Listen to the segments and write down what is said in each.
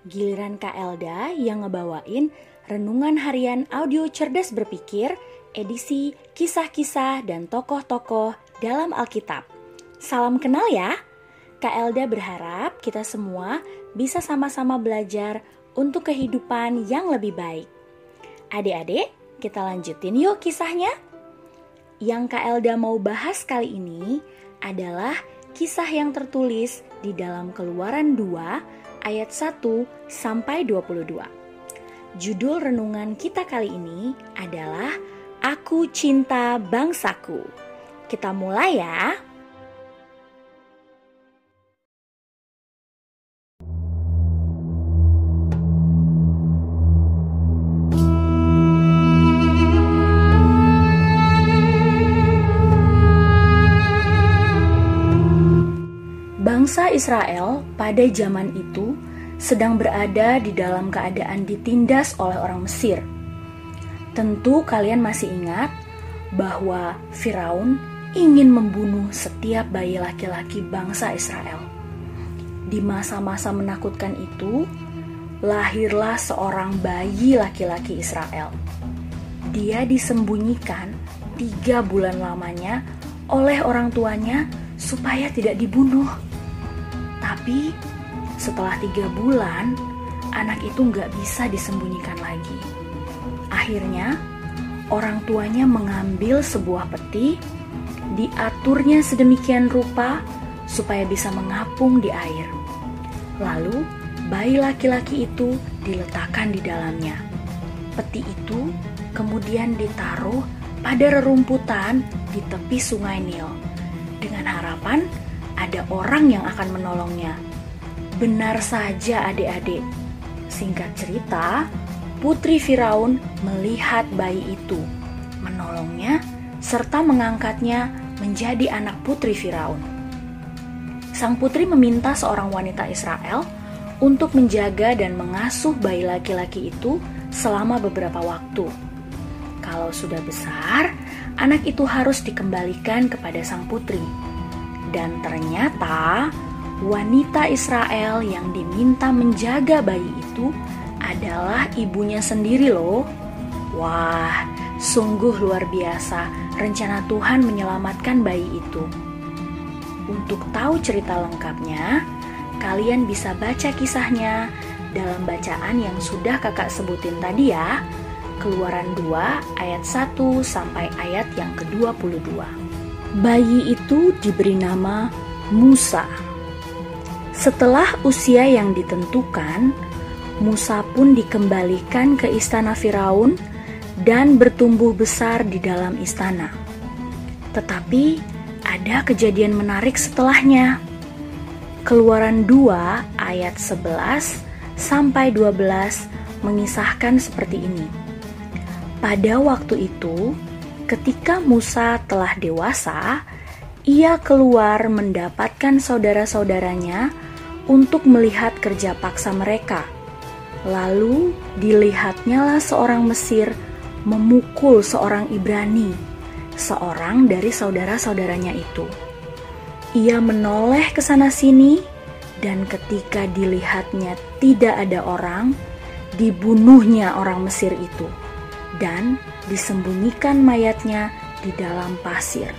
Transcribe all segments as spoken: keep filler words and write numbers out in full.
Giliran Kak Elda yang ngebawain Renungan Harian Audio Cerdas Berpikir, edisi kisah-kisah dan tokoh-tokoh dalam Alkitab. Salam kenal ya. Kak Elda berharap kita semua bisa sama-sama belajar untuk kehidupan yang lebih baik. Adik-adik, kita lanjutin yuk kisahnya. Yang Kak Elda mau bahas kali ini adalah kisah yang tertulis di dalam Keluaran dua ayat satu sampai dua puluh dua. Judul renungan kita kali ini adalah Aku Cinta Bangsaku. Kita mulai ya. Bangsa Israel pada zaman itu sedang berada di dalam keadaan ditindas oleh orang Mesir. Tentu kalian masih ingat bahwa Firaun ingin membunuh setiap bayi laki-laki bangsa Israel. Di masa-masa menakutkan itu, lahirlah seorang bayi laki-laki Israel. Dia disembunyikan tiga bulan lamanya oleh orang tuanya supaya tidak dibunuh. Tapi setelah tiga bulan, anak itu nggak bisa disembunyikan lagi. Akhirnya, orang tuanya mengambil sebuah peti, diaturnya sedemikian rupa supaya bisa mengapung di air. Lalu, bayi laki-laki itu diletakkan di dalamnya. Peti itu kemudian ditaruh pada rerumputan di tepi sungai Nil, dengan harapan ada orang yang akan menolongnya. Benar saja adik-adik. Singkat cerita, putri Firaun melihat bayi itu, menolongnya, serta mengangkatnya menjadi anak putri Firaun. Sang putri meminta seorang wanita Israel untuk menjaga dan mengasuh bayi laki-laki itu selama beberapa waktu. Kalau sudah besar, anak itu harus dikembalikan kepada sang putri. Dan ternyata wanita Israel yang diminta menjaga bayi itu adalah ibunya sendiri loh. Wah, sungguh luar biasa rencana Tuhan menyelamatkan bayi itu. Untuk tahu cerita lengkapnya, kalian bisa baca kisahnya dalam bacaan yang sudah kakak sebutin tadi ya. Keluaran dua ayat satu sampai ayat yang ke dua puluh dua. Bayi itu diberi nama Musa. Setelah usia yang ditentukan, Musa pun dikembalikan ke istana Firaun dan bertumbuh besar di dalam istana. Tetapi ada kejadian menarik setelahnya. Keluaran dua ayat sebelas sampai dua belas mengisahkan seperti ini. Pada waktu itu, ketika Musa telah dewasa, ia keluar mendapatkan saudara-saudaranya untuk melihat kerja paksa mereka. Lalu dilihatnyalah seorang Mesir memukul seorang Ibrani, seorang dari saudara-saudaranya itu. Ia menoleh ke sana-sini, dan ketika dilihatnya tidak ada orang, dibunuhnya orang Mesir itu, dan disembunyikan mayatnya di dalam pasir.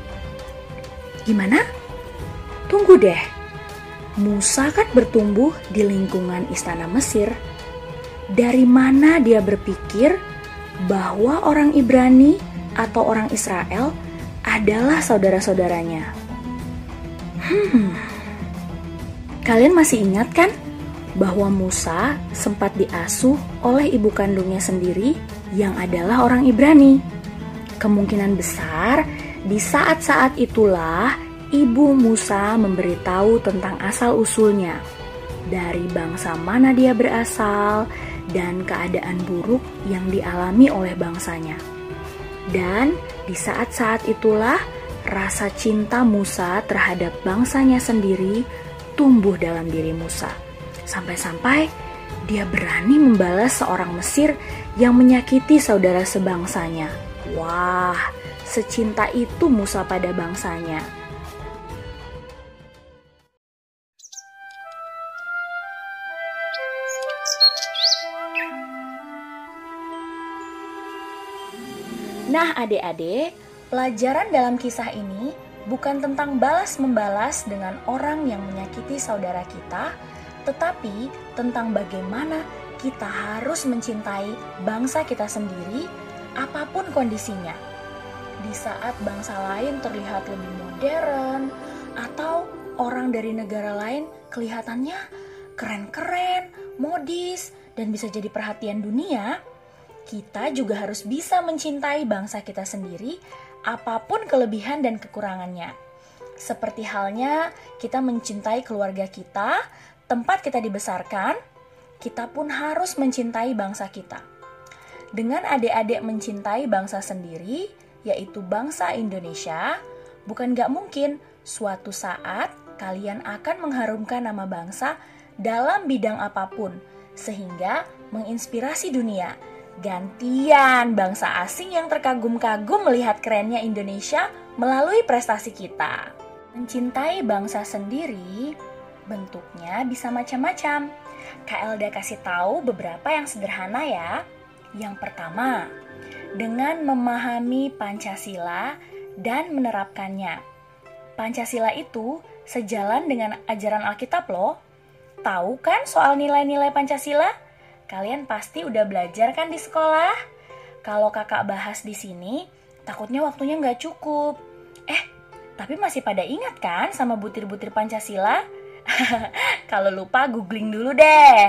Gimana? Tunggu deh. Musa kan bertumbuh di lingkungan istana Mesir. Dari mana dia berpikir bahwa orang Ibrani atau orang Israel adalah saudara-saudaranya? Hmm. Kalian masih ingat kan bahwa Musa sempat diasuh oleh ibu kandungnya sendiri yang adalah orang Ibrani? Kemungkinan besar di saat-saat itulah ibu Musa memberitahu tentang asal-usulnya, dari bangsa mana dia berasal, dan keadaan buruk yang dialami oleh bangsanya. Dan di saat-saat itulah rasa cinta Musa terhadap bangsanya sendiri tumbuh dalam diri Musa. Sampai-sampai dia berani membalas seorang Mesir yang menyakiti saudara sebangsanya. Wah, secinta itu Musa pada bangsanya. Nah, adik-adik, pelajaran dalam kisah ini bukan tentang balas-membalas dengan orang yang menyakiti saudara kita, tetapi tentang bagaimana kita harus mencintai bangsa kita sendiri, apapun kondisinya. Di saat bangsa lain terlihat lebih modern, atau orang dari negara lain kelihatannya keren-keren, modis, dan bisa jadi perhatian dunia, kita juga harus bisa mencintai bangsa kita sendiri, apapun kelebihan dan kekurangannya. Seperti halnya kita mencintai keluarga kita, tempat kita dibesarkan, kita pun harus mencintai bangsa kita. Dengan adik-adik mencintai bangsa sendiri, yaitu bangsa Indonesia, bukan gak mungkin suatu saat kalian akan mengharumkan nama bangsa dalam bidang apapun, sehingga menginspirasi dunia. Gantian bangsa asing yang terkagum-kagum melihat kerennya Indonesia melalui prestasi kita. Mencintai bangsa sendiri bentuknya bisa macam-macam. Kak Elda kasih tahu beberapa yang sederhana ya. Yang pertama, dengan memahami Pancasila dan menerapkannya. Pancasila itu sejalan dengan ajaran Alkitab loh. Tahu kan soal nilai-nilai Pancasila? Kalian pasti udah belajar kan di sekolah? Kalau kakak bahas di sini, takutnya waktunya nggak cukup. Eh, tapi masih pada ingat kan sama butir-butir Pancasila? Kalau lupa googling dulu deh.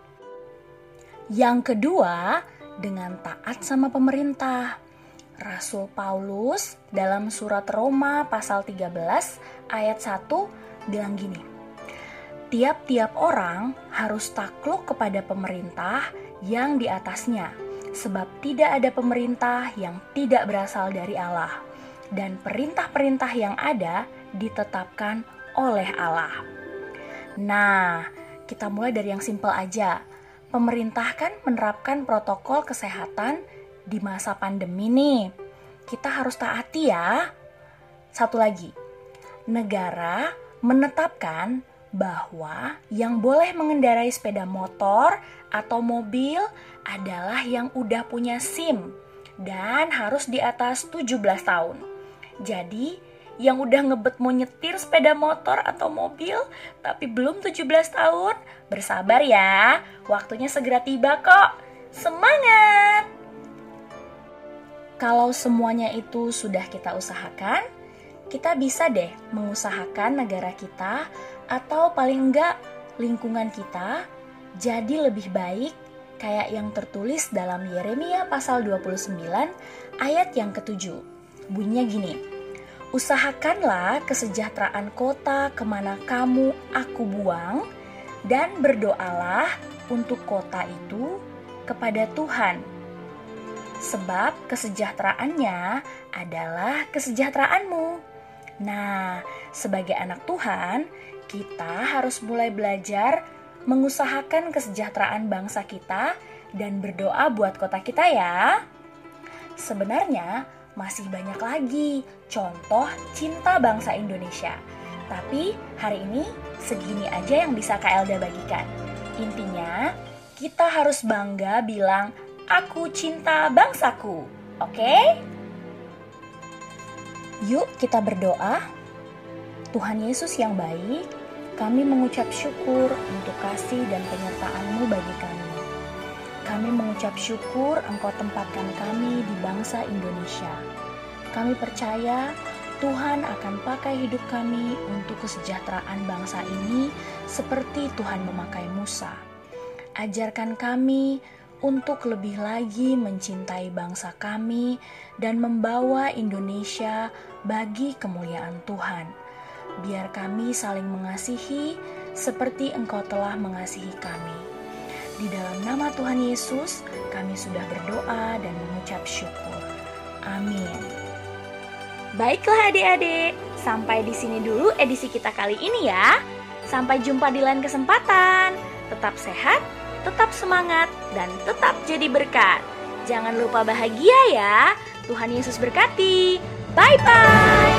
Yang kedua, dengan taat sama pemerintah. Rasul Paulus dalam surat Roma pasal tiga belas ayat satu bilang gini, tiap-tiap orang harus takluk kepada pemerintah yang di atasnya, sebab tidak ada pemerintah yang tidak berasal dari Allah, dan perintah-perintah yang ada ditetapkan oleh Allah. Nah, kita mulai dari yang simpel aja. Pemerintah kan menerapkan protokol kesehatan di masa pandemi nih. Kita harus taati ya. Satu lagi, negara menetapkan bahwa yang boleh mengendarai sepeda motor atau mobil adalah yang udah punya SIM dan harus di atas tujuh belas tahun. Jadi, yang udah ngebet mau nyetir sepeda motor atau mobil tapi belum tujuh belas tahun, bersabar ya, waktunya segera tiba kok. Semangat! Kalau semuanya itu sudah kita usahakan, kita bisa deh mengusahakan negara kita atau paling enggak lingkungan kita jadi lebih baik kayak yang tertulis dalam Yeremia pasal dua puluh sembilan ayat yang ketujuh. Bunyinya gini, usahakanlah kesejahteraan kota kemana kamu aku buang dan berdoalah untuk kota itu kepada Tuhan. Sebab kesejahteraannya adalah kesejahteraanmu. Nah, sebagai anak Tuhan, kita harus mulai belajar mengusahakan kesejahteraan bangsa kita dan berdoa buat kota kita ya. Sebenarnya masih banyak lagi contoh cinta bangsa Indonesia. Tapi hari ini segini aja yang bisa Kak Elda bagikan. Intinya, kita harus bangga bilang, aku cinta bangsaku. Oke? Yuk kita berdoa. Tuhan Yesus yang baik, kami mengucap syukur untuk kasih dan penyertaan-Mu bagi kami. Kami mengucap syukur Engkau tempatkan kami di bangsa Indonesia. Kami percaya Tuhan akan pakai hidup kami untuk kesejahteraan bangsa ini seperti Tuhan memakai Musa. Ajarkan kami untuk lebih lagi mencintai bangsa kami dan membawa Indonesia bagi kemuliaan Tuhan. Biar kami saling mengasihi seperti Engkau telah mengasihi kami. Di dalam nama Tuhan Yesus, kami sudah berdoa dan mengucap syukur. Amin. Baiklah adik-adik, sampai di sini dulu edisi kita kali ini ya. Sampai jumpa di lain kesempatan. Tetap sehat, tetap semangat, dan tetap jadi berkat. Jangan lupa bahagia ya. Tuhan Yesus berkati. Bye-bye.